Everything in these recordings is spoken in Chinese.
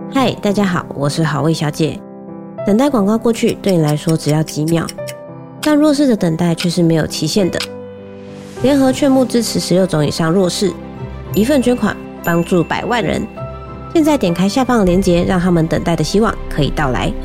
嗨，大家好，我是好味小姐。等待广告过去对你来说只要几秒，但弱势的等待却是没有期限的。联合劝募支持16种以上弱势，一份捐款帮助100万人。现在点开下方的链接，让他们等待的希望可以到来。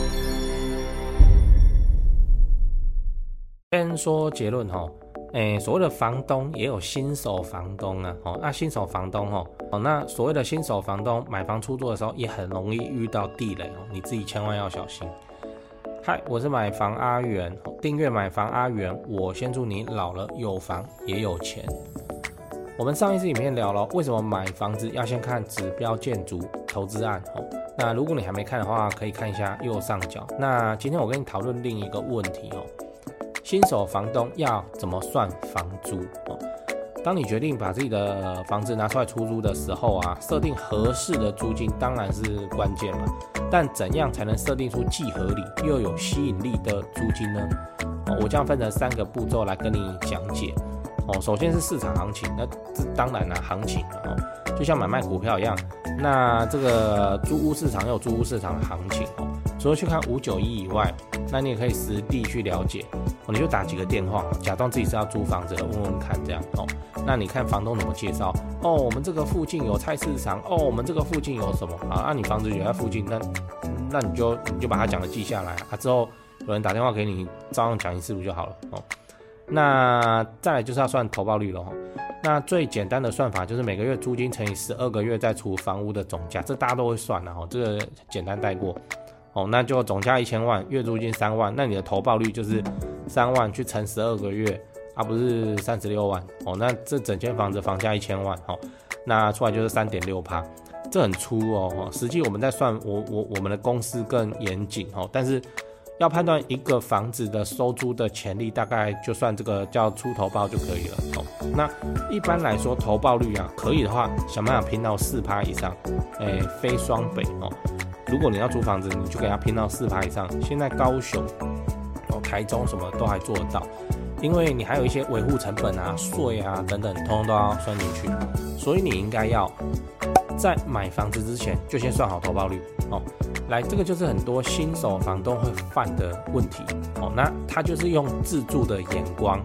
先说结论所谓的房东也有新手房东啊，那新手房东那所谓的新手房东买房出租的时候也很容易遇到地雷你自己千万要小心。嗨，我是买房阿元，订阅买房阿元，我先祝你老了有房也有钱。我们上一次影片聊了为什么买房子要先看指标建筑投资案那如果你还没看的话，可以看一下右上角。那今天我跟你讨论另一个问题新手房东要怎么算房租当你决定把自己的房子拿出来出租的时候设定合适的租金当然是关键嘛，但怎样才能设定出既合理又有吸引力的租金呢？我将分成3个步骤来跟你讲解首先是市场行情，那这当然行情就像买卖股票一样，那这个租屋市场有租屋市场的行情除了去看591以外，那你也可以实地去了解你就打几个电话假装自己是要租房子的，问问看这样那你看房东怎么介绍我们这个附近有菜市场我们这个附近有什么你房子就在附近，那你就把他讲的记下来之后有人打电话给你照样讲一次不就好了那再来就是要算投报率了那最简单的算法就是每个月租金乘以12个月再除房屋的总价，这大家都会算这个简单带过那就总价1000万，月租金3万，那你的投报率就是3万去乘12个月不是36万那这整间房子房价1000万那出来就是 3.6%， 这很粗实际我们在算我们的公司更严谨但是要判断一个房子的收租的潜力，大概就算这个叫出投报就可以了那一般来说投报率可以的话想办法拼到 4% 以上非双北如果你要租房子你就给它拼到 4% 以上，现在高雄台中什么都还做得到，因为你还有一些维护成本税等等通通都要算进去，所以你应该要在买房子之前就先算好投报率来，这个就是很多新手房东会犯的问题那他就是用自住的眼光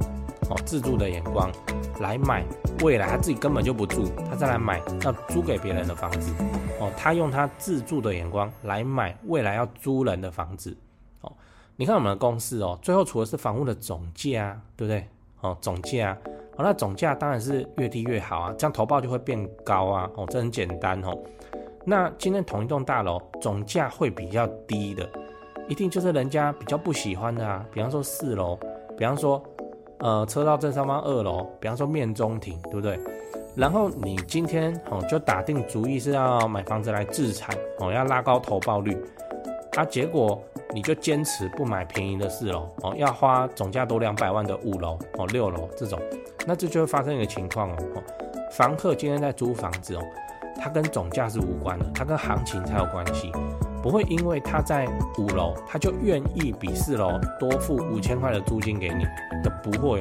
来买未来他自己根本就不住，他再来买要租给别人的房子他用他自住的眼光来买未来要租人的房子你看我们的公式最后除了是房屋的总价对不对总价那总价当然是越低越好这样投报就会变高这很简单那今天同一栋大楼总价会比较低的，一定就是人家比较不喜欢的比方说4楼，比方说车道正上方2楼，比方说面中庭，对不对？然后你今天就打定主意是要买房子来置产要拉高投报率结果你就坚持不买便宜的4楼要花总价多200万的5楼6楼这种，那这就会发生一个情况房客今天在租房子它跟总价是无关的，它跟行情才有关系，不会因为他在5楼他就愿意比4楼多付5000块的租金给你的，不会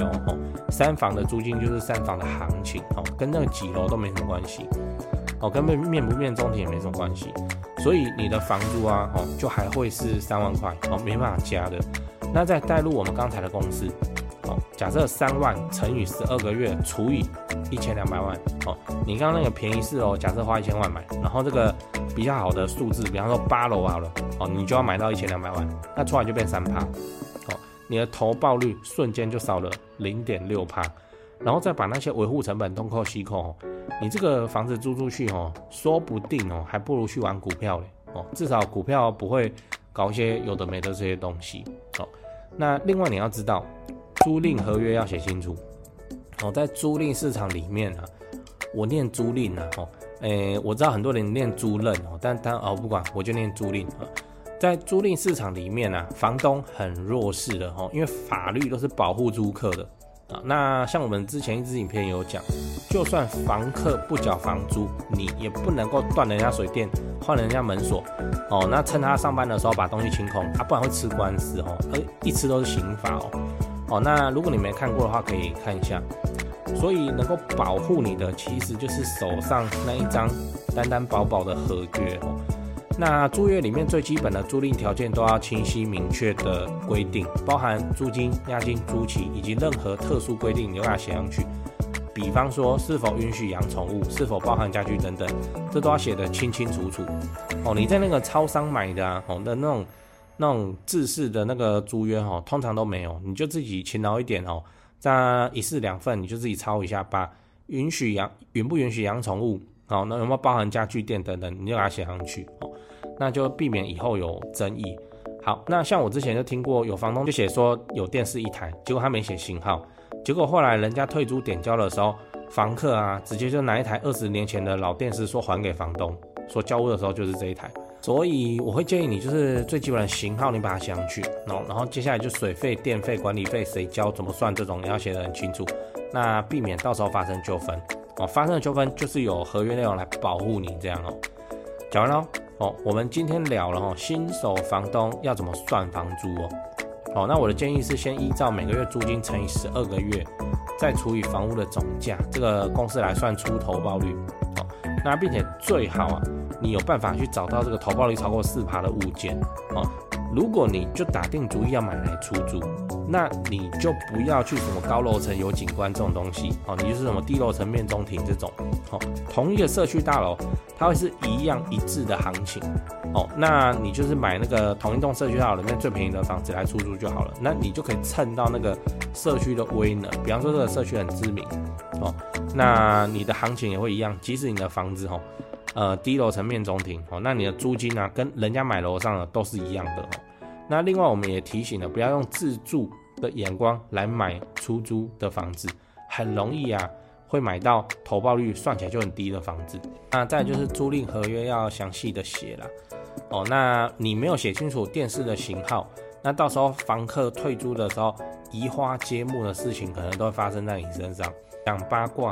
3房的租金就是3房的行情跟那个几楼都没什么关系跟面不面中庭也没什么关系，所以你的房租就还会是3万块没办法加的。那再带入我们刚才的公式假设3万乘以12个月除以1200万你刚刚那个便宜4楼假设花1000万买，然后这个比较好的数字比方说8楼好了你就要买到1200万，那出来就变 3% 你的投报率瞬间就少了 0.6%， 然后再把那些维护成本东扣西扣你这个房子租出去说不定还不如去玩股票嘞至少股票不会搞一些有的没的这些东西那另外你要知道租赁合约要写清楚在租赁市场里面我念租赁我知道很多人念租赁但不管，我就念租赁在租赁市场里面房东很弱势的因为法律都是保护租客的那像我们之前一支影片有讲，就算房客不缴房租，你也不能够断人家水电，换人家门锁那趁他上班的时候把东西清空不然会吃官司一吃都是刑罚那如果你没看过的话可以看一下。所以能够保护你的其实就是手上那一张单单薄薄的合约那租约里面最基本的租赁条件都要清晰明确的规定，包含租金、押金、租期以及任何特殊规定你都要写上去。比方说是否允许养宠物，是否包含家具等等，这都要写得清清楚楚。你在那个超商买的的那种制式的那个租约通常都没有，你就自己勤劳一点这样1式2份你就自己抄一下，把允不允许养宠物那有没有包含家具店等等，你就把它写上去那就避免以后有争议。好，那像我之前就听过有房东就写说有电视1台，结果他没写型号，结果后来人家退租点交的时候，房客直接就拿一台20年前的老电视说还给房东，说交屋的时候就是这一台。所以我会建议你就是最基本的型号你把它写上去然后接下来就水费、电费、管理费谁交怎么算，这种你要写得很清楚，那避免到时候发生纠纷发生的纠纷就是有合约内容来保护你这样讲完了我们今天聊了新手房东要怎么算房租那我的建议是先依照每个月租金乘以12个月，再除以房屋的总价，这个公式来算出投报率那并且最好你有办法去找到这个投报率超过4%的物件如果你就打定主意要买来出租，那你就不要去什么高楼层有景观这种东西你就是什么低楼层面中庭这种同一个社区大楼它会是一样一致的行情那你就是买那个同一栋社区大楼里面最便宜的房子来出租就好了，那你就可以蹭到那个社区的威能，比方说这个社区很知名那你的行情也会一样，即使你的房子低楼层面中庭那你的租金跟人家买楼上的都是一样的那另外我们也提醒了，不要用自住的眼光来买出租的房子，很容易会买到投报率算起来就很低的房子。那再来就是租赁合约要详细的写啦那你没有写清楚电视的型号，那到时候房客退租的时候移花接木的事情可能都会发生在你身上。讲八卦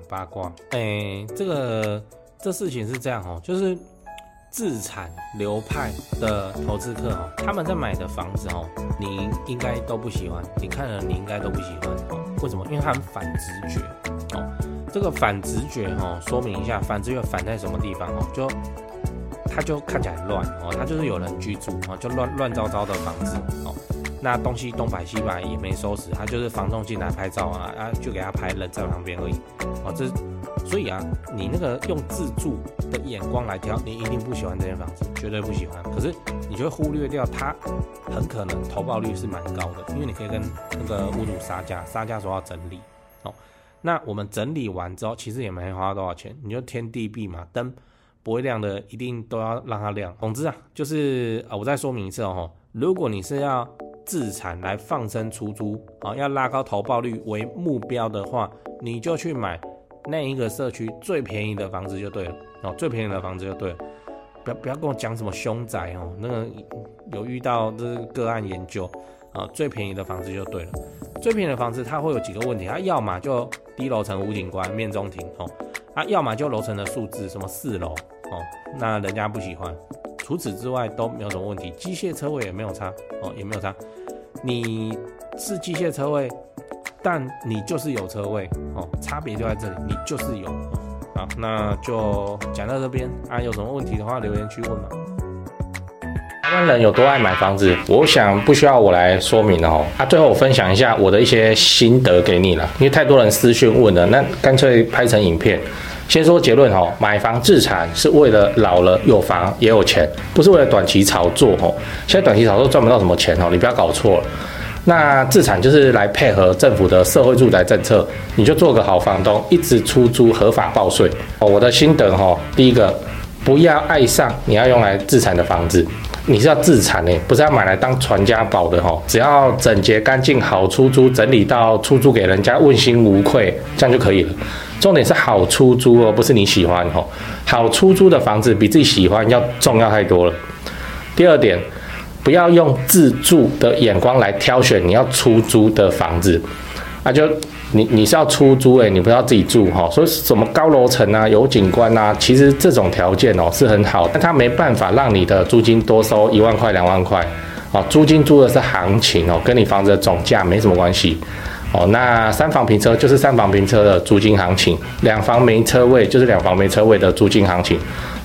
这事情是这样就是自产流派的投资客他们在买的房子你应该都不喜欢，你看了你应该都不喜欢为什么？因为它很反直觉这个反直觉说明一下，反直觉反在什么地方它就看起来很乱它就是有人居住就乱糟糟的房子那东西东摆西摆也没收拾，他就是房东进来拍照就给他拍，人在旁边而已所以你那个用自住的眼光来挑，你一定不喜欢这间房子，绝对不喜欢。可是你就会忽略掉它很可能投报率是蛮高的，因为你可以跟那个屋主杀价说要整理那我们整理完之后，其实也没花多少钱，你就天地壁嘛，灯不会亮的一定都要让它亮。总之就是我再说明一次如果你是要自产来放生出租要拉高投报率为目标的话，你就去买那一个社区最便宜的房子就对了最便宜的房子就对了，不要跟我讲什么凶宅那个有遇到这个案研究最便宜的房子就对了。最便宜的房子它会有几个问题，它要么就低楼层无景观面中庭要么就楼层的数字什么4楼那人家不喜欢，除此之外都没有什么问题，机械车位也没有差也没有差。你是机械车位，但你就是有车位差别就在这里，你就是有好，那就讲到这边有什么问题的话留言区问吧。台湾人有多爱买房子，我想不需要我来说明了最后我分享一下我的一些心得给你了，因为太多人私讯问了，那干脆拍成影片。先说结论买房自产是为了老了有房也有钱，不是为了短期炒作现在短期炒作赚不到什么钱你不要搞错了。那自产就是来配合政府的社会住宅政策，你就做个好房东，一直出租合法报税我的心得第一个，不要爱上你要用来自产的房子，你是要自产不是要买来当传家宝的只要整洁干净好出租，整理到出租给人家问心无愧，这样就可以了。重点是好出租不是你喜欢好出租的房子比自己喜欢要重要太多了。第二点，不要用自住的眼光来挑选你要出租的房子就你是要出租你不是要自己住所以什么高楼层有景观其实这种条件是很好，但它没办法让你的租金多收1万块2万块租金租的是行情跟你房子的总价没什么关系那3房平车就是3房平车的租金行情，2房没车位就是2房没车位的租金行情，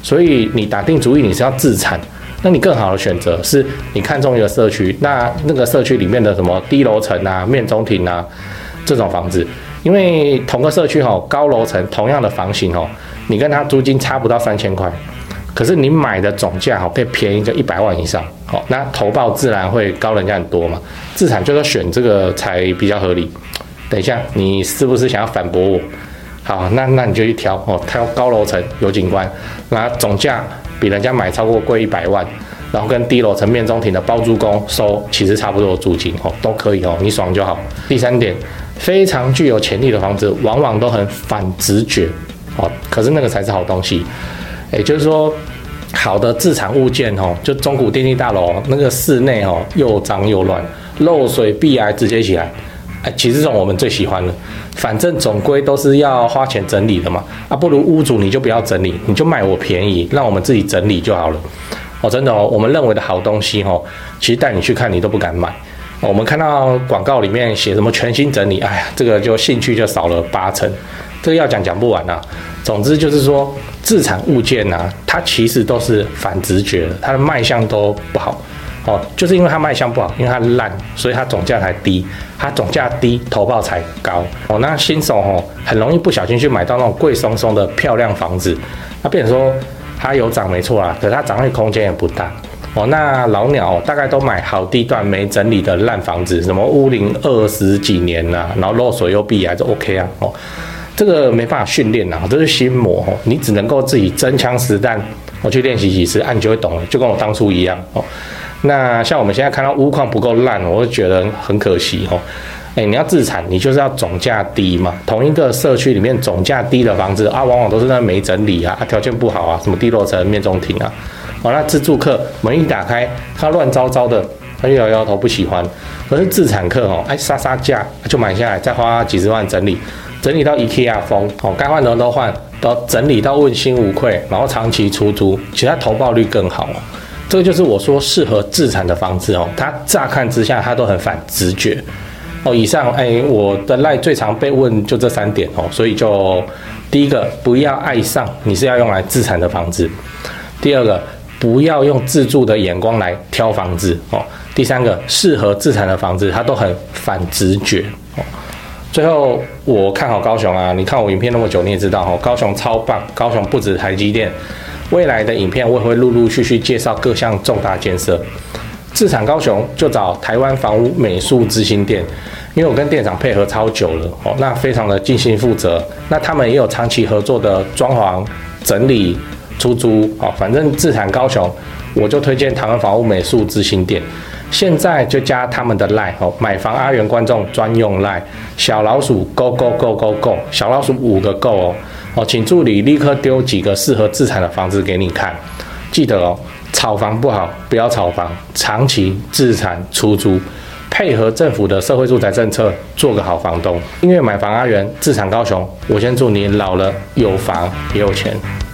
所以你打定主意你是要自产，那你更好的选择是你看中一个社区，那个社区里面的什么低楼层啊、面中庭啊这种房子，因为同个社区高楼层同样的房型你跟它租金差不到3000块，可是你买的总价可以便宜个100万以上，那投报自然会高人家很多嘛。自产就是选这个才比较合理。等一下，你是不是想要反驳我？好，那你就去挑高楼层有景观，那总价比人家买超过贵100万，然后跟低楼层面中庭的包租公收其实差不多的租金都可以你爽就好。第三点，非常具有潜力的房子往往都很反直觉可是那个才是好东西。也就是说，好的自产物件就中古电梯大楼那个室内又脏又乱，漏水壁癌直接起来。其实这种我们最喜欢了，反正总归都是要花钱整理的嘛，不如屋主你就不要整理，你就卖我便宜，让我们自己整理就好了。真的我们认为的好东西其实带你去看你都不敢买。我们看到广告里面写什么全新整理，这个就兴趣就少了80%，这个要讲不完啊。总之就是说，自产物件它其实都是反直觉的，它的卖相都不好。就是因为它卖相不好，因为它烂，所以它总价才低，它总价低，投报才高。那新手很容易不小心去买到那种贵松松的漂亮房子，那变成说它有涨没错啦，可是它涨的空间也不大。那老鸟大概都买好地段没整理的烂房子，什么屋龄20几年然后漏水又壁癌就 OK 啊。这个没办法训练这是心魔你只能够自己真枪实弹去练习几次你就会懂了，就跟我当初一样那像我们现在看到屋况不够烂，我会觉得很可惜你要自产，你就是要总价低嘛。同一个社区里面总价低的房子往往都是那没整理条件不好什么低楼层、面中庭那自住客门一打开，他乱糟糟的，他就摇摇头不喜欢。可是自产客杀价就买下来，再花几十万整理到 IKEA 风该换的都换，都整理到问心无愧，然后长期出租，其实它投报率更好这个就是我说适合自产的房子它乍看之下它都很反直觉以上我的赖最常被问就这3点所以就第一个，不要爱上你是要用来自产的房子；第二个，不要用自住的眼光来挑房子第三个，适合自产的房子它都很反直觉最后我看好高雄你看我影片那么久你也知道高雄超棒，高雄不止台积电，未来的影片我也会陆陆续续介绍各项重大建设。自产高雄就找台湾房屋美术之星店，因为我跟店长配合超久了那非常的尽心负责。那他们也有长期合作的装潢、整理、出租反正自产高雄我就推荐台湾房屋美术之星店。现在就加他们的 LINE 买房阿元观众专用 LINE 小老鼠 go go go go go 小老鼠5个 go 请助理立刻丢几个适合自产的房子给你看。记得炒房不好，不要炒房，长期自产出租，配合政府的社会住宅政策，做个好房东。因为买房阿元自产高雄，我先祝你老了有房也有钱。